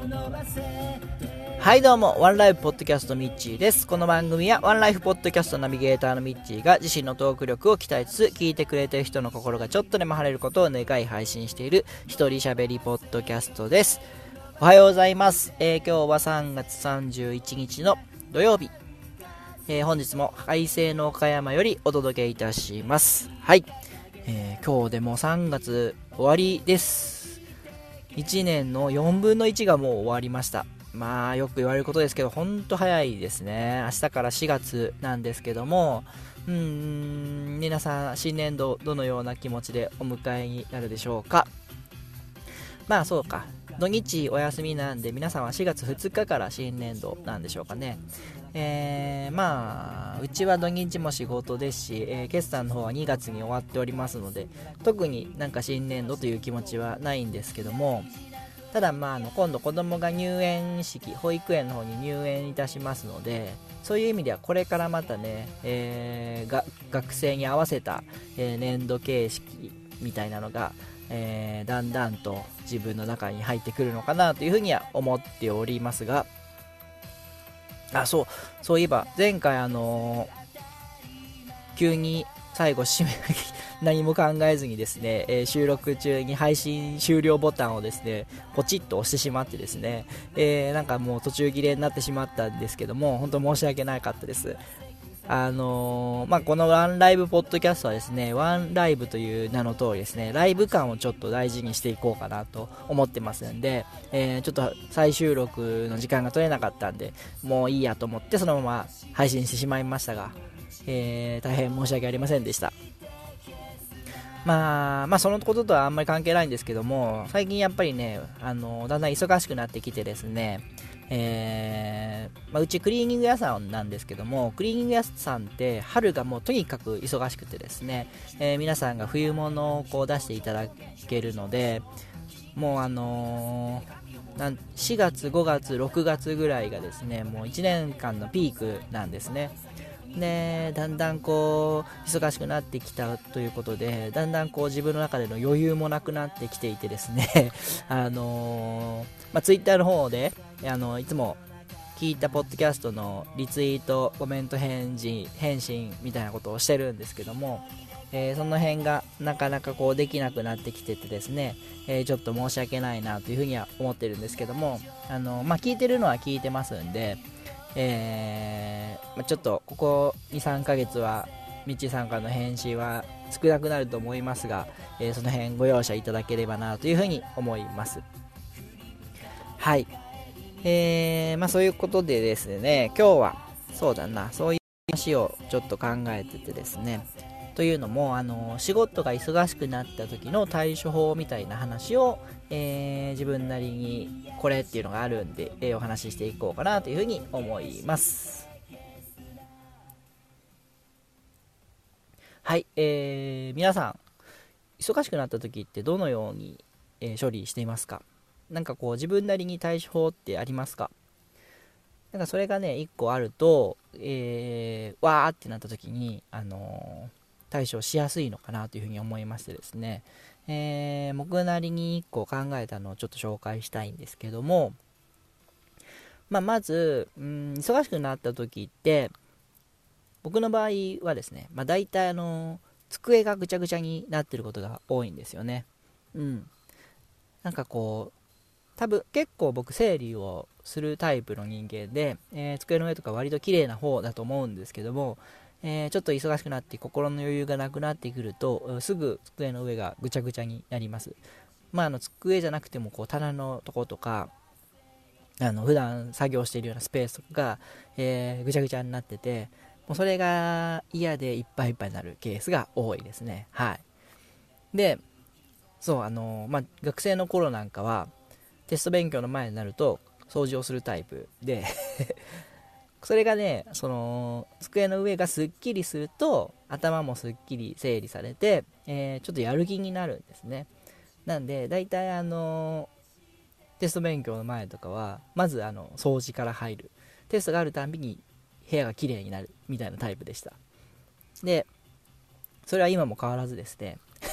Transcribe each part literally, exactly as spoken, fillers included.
はいどうも、ワンライフポッドキャストミッチーです。この番組はワンライフポッドキャストナビゲーターのミッチーが自身のトーク力を鍛えつつ、聞いてくれてる人の心がちょっとでも晴れることを願い配信している一人喋りポッドキャストです。おはようございます。えー、今日はさんがつさんじゅういちにちの土曜日、えー、本日も快晴の岡山よりお届けいたします。はい、えー、今日でもさんがつ終わりです。いちねんのよんぶんのいちがもう終わりました。まあよく言われることですけど、ほんと早いですね。明日からしがつなんですけども、うーん皆さん新年度どのような気持ちでお迎えになるでしょうか。まあそうか、土日お休みなんで皆さんはしがつふつかから新年度なんでしょうかね。えー、まあうちは土日も仕事ですし、えー、決算の方はにがつに終わっておりますので、特になんか新年度という気持ちはないんですけども、ただまああの今度子供が入園式、保育園の方に入園いたしますので、そういう意味ではこれからまたね、えー、が学生に合わせた、えー、年度形式みたいなのが、えー、だんだんと自分の中に入ってくるのかなというふうには思っておりますが、あ、そうそういえば前回あのー、急に最後締め何も考えずにですね、えー、収録中に配信終了ボタンをですねポチッと押してしまってですね、えー、なんかもう途中切れになってしまったんですけども、本当申し訳なかったです。あのー、まあ、このワンライブポッドキャストはですね、ワンライブという名の通りですね、ライブ感をちょっと大事にしていこうかなと思ってますんで、えー、ちょっと再収録の時間が取れなかったんで、もういいやと思ってそのまま配信してしまいましたが、えー、大変申し訳ありませんでした。まあ、まあそのこととはあんまり関係ないんですけども、最近やっぱりね、あのだんだん忙しくなってきてですね、えーまあ、うちクリーニング屋さんなんですけども、クリーニング屋さんって春がもうとにかく忙しくてですね、えー、皆さんが冬物をこう出していただけるので、もうあのー、なんしがつごがつろくがつぐらいがですね、もういちねんかんのピークなんですね。でだんだんこう忙しくなってきたということで、だんだんこう自分の中での余裕もなくなってきていてですねあのー、まあ、ツイッターの方であのいつも聞いたポッドキャストのリツイート、コメント返事返信みたいなことをしてるんですけども、えー、その辺がなかなかこうできなくなってきててですね、えー、ちょっと申し訳ないなというふうには思ってるんですけども、あのー、まあ、聞いてるのは聞いてますんで、えーまあ、ちょっとここ にさんかげつはみちさんからの返信は少なくなると思いますが、えー、その辺ご容赦いただければなというふうに思います。はい、えーまあ、そういうことでですね、今日はそうだな、そういう話をちょっと考えててですね、というのもあの仕事が忙しくなった時の対処法みたいな話を、えー、自分なりにこれっていうのがあるんで、えー、お話ししていこうかなというふうに思います。はい、えー、皆さん忙しくなった時ってどのように、えー、処理していますか？なんかこう自分なりに対処法ってありますか？なんかそれがねいっこあると、えー、わーってなった時に、あのー対処しやすいのかなというふうに思いましてですね、えー、僕なりにいっこ考えたのをちょっと紹介したいんですけども、まあ、まず、うん、忙しくなった時って僕の場合はですね、まあ、大体あの机がぐちゃぐちゃになってることが多いんですよね。うん、なんかこう多分結構僕整理をするタイプの人間で、えー、机の上とか割と綺麗な方だと思うんですけども、えー、ちょっと忙しくなって心の余裕がなくなってくるとすぐ机の上がぐちゃぐちゃになります。まああの机じゃなくてもこう棚のとことか、あの普段作業しているようなスペースとかが、えー、ぐちゃぐちゃになってて、もうそれが嫌でいっぱいいっぱいになるケースが多いですね。はい。で、そうあのー、まあ学生の頃なんかはテスト勉強の前になると掃除をするタイプでそれがね、その机の上がすっきりすると頭もすっきり整理されて、えー、ちょっとやる気になるんですね。なんでだいたいあのー、テスト勉強の前とかはまずあの掃除から入る、テストがあるたんびに部屋がきれいになるみたいなタイプでした。でそれは今も変わらずですね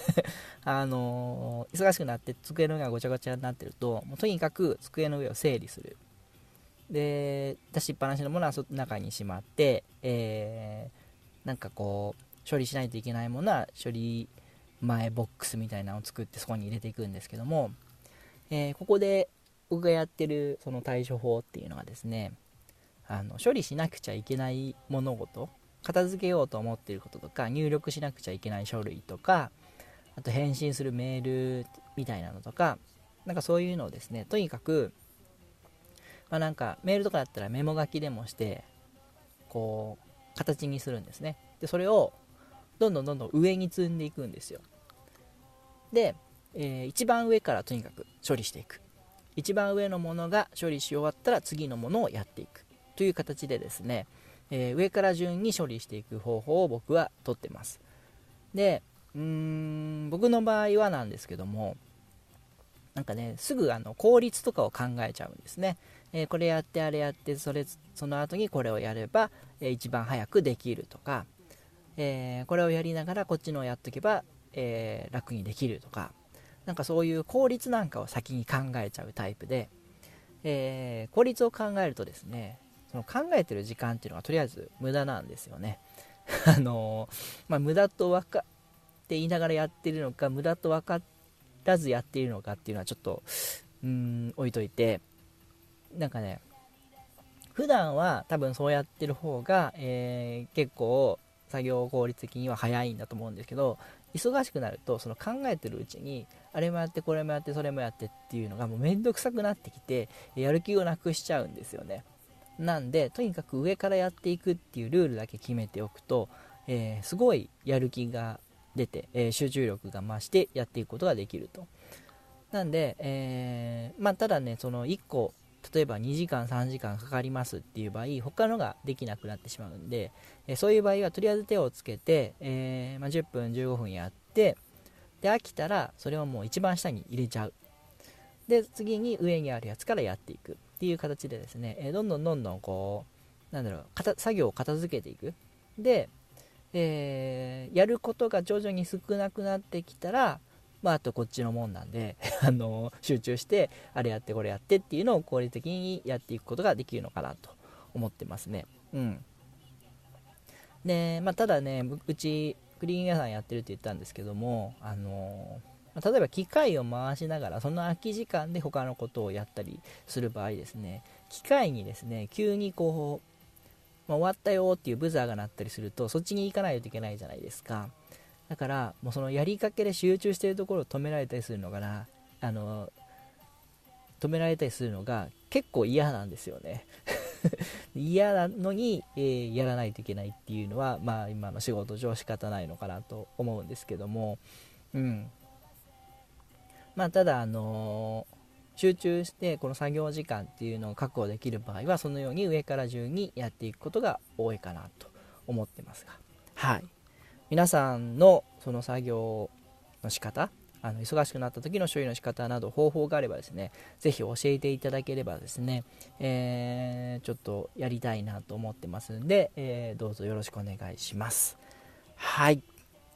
あのー、忙しくなって机の上がごちゃごちゃになってると、もうとにかく机の上を整理する。で、出しっぱなしのものはそ中にしまって、えー、なんかこう処理しないといけないものは処理前ボックスみたいなのを作ってそこに入れていくんですけども、えー、ここで僕がやってるその対処法っていうのがですね、あの処理しなくちゃいけない物事、片付けようと思っていることとか、入力しなくちゃいけない書類とか、あと返信するメールみたいなのとか、なんかそういうのをですね、とにかく、まあ、なんかメールとかだったらメモ書きでもしてこう形にするんですね。でそれをどんどんどんどん上に積んでいくんですよ。で、えー、一番上からとにかく処理していく。一番上のものが処理し終わったら次のものをやっていくという形でですね、えー、上から順に処理していく方法を僕はとってます。で、うーん僕の場合はなんですけども、なんかね、すぐあの効率とかを考えちゃうんですね。えー、これやってあれやってそれその後にこれをやれば、えー、一番早くできるとか、えー、これをやりながらこっちのをやっとけば、えー、楽にできるとか、なんかそういう効率なんかを先に考えちゃうタイプで、えー、効率を考えるとですね、その考えてる時間っていうのはとりあえず無駄なんですよね。あのーまあ、無駄と分かって言いながらやってるのか、無駄と分からずやっているのかっていうのはちょっとうーん置いといて、なんかね、普段は多分そうやってる方が、えー、結構作業効率的には早いんだと思うんですけど、忙しくなるとその考えてるうちにあれもやってこれもやってそれもやってっていうのがもうめんどくさくなってきて、やる気をなくしちゃうんですよね。なんでとにかく上からやっていくっていうルールだけ決めておくと、えー、すごいやる気が出て、えー、集中力が増してやっていくことができると。なんで、えーまあ、ただね、そのいっこ例えばにじかんさんじかんかかりますっていう場合、他のができなくなってしまうんで、えー、そういう場合はとりあえず手をつけて、えーまあ、じゅっぷんじゅうごふんやって、で飽きたらそれをもう一番下に入れちゃう。で次に上にあるやつからやっていくっていう形でですね、えー、どんどんどんどんこうなんだろう作業を片付けていく。で、えー、やることが徐々に少なくなってきたら、まあ、あとこっちのもんなんであの集中してあれやってこれやってっていうのを効率的にやっていくことができるのかなと思ってますね。うんで、まあ、ただね、うちクリーニング屋さんやってるって言ったんですけども、あの例えば機械を回しながらその空き時間で他のことをやったりする場合ですね、機械にですね急にこう、まあ、終わったよっていうブザーが鳴ったりするとそっちに行かないといけないじゃないですか。だからもうそのやりかけで集中しているところを止められたりするのかな、あの止められたりするのが結構嫌なんですよね嫌なのに、えー、やらないといけないっていうのは、まあ、今の仕事上仕方ないのかなと思うんですけども、うんまあ、ただ、あのー、集中してこの作業時間っていうのを確保できる場合はそのように上から順にやっていくことが多いかなと思ってますが、はい、皆さんのその作業の仕方、あの忙しくなった時の処理の仕方など方法があればですね、ぜひ教えていただければですね、えー、ちょっとやりたいなと思ってますんで、えー、どうぞよろしくお願いします。はい、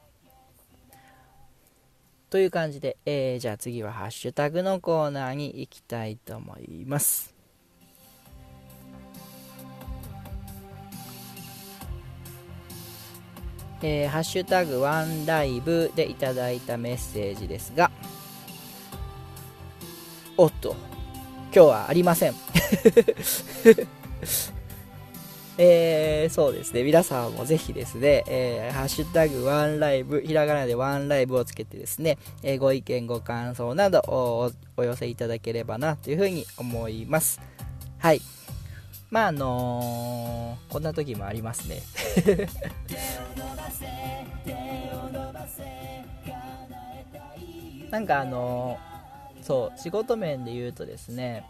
という感じで、えー、じゃあ次はハッシュタグのコーナーに行きたいと思います。えー、ハッシュタグワンライブでいただいたメッセージですが、おっと今日はありませんえー、そうですね、皆さんもぜひですね、えー、ハッシュタグワンライブ、ひらがなでワンライブをつけてですね、えー、ご意見ご感想など お, お寄せいただければなというふうに思います。はい、まああのー、こんな時もありますねなんかあのー、そう仕事面で言うとですね、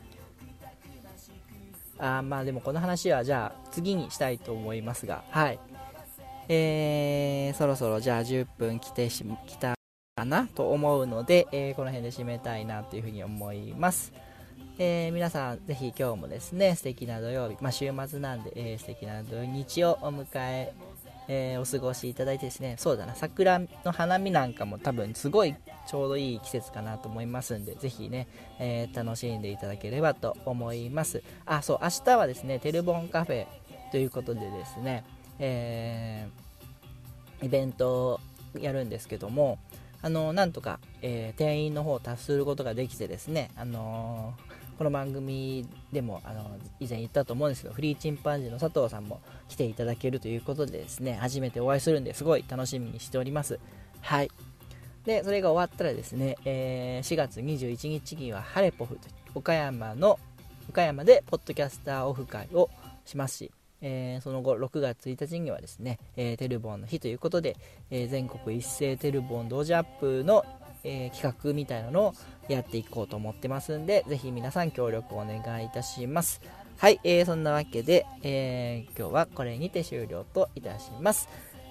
あまあでもこの話はじゃあ次にしたいと思いますが、はい、えー、そろそろじゃあじゅっぷん来てし来たかなと思うので、えー、この辺で締めたいなというふうに思います。えー、皆さんぜひ今日もですね素敵な土曜日、まあ、週末なんで、えー、素敵な土日をお迎ええー、お過ごしいただいてですね、そうだな、桜の花見なんかも多分すごいちょうどいい季節かなと思いますんで、ぜひね、えー、楽しんでいただければと思います。あ、そう、明日はですね、テルボンカフェということでですね、えー、イベントをやるんですけども、あのなんとか、えー、定員の方を達することができてですね、あのー、この番組でもあの以前言ったと思うんですけど、フリーチンパンジーの佐藤さんも来ていただけるということでですね、初めてお会いするんですごい楽しみにしております。はい。でそれが終わったらですね、えー、しがつにじゅういちにちにはハレポフと岡山の岡山でポッドキャスターオフ会をしますし、えー、その後ろくがつついたちにはですね、えー、テルボンの日ということで、えー、全国一斉テルボン同時アップの、えー、企画みたいなのをやっていこうと思ってますんで、ぜひ皆さん協力お願いいたします。はい、えー、そんなわけで、えー、今日はこれにて終了といたします。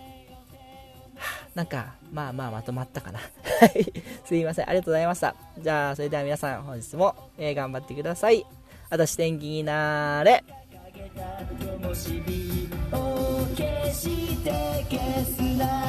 なんかまあまあまとまったかなすいません、ありがとうございました。じゃあそれでは皆さん本日も、えー、頑張ってください。あたし天気になーれ。灯火を消して消すな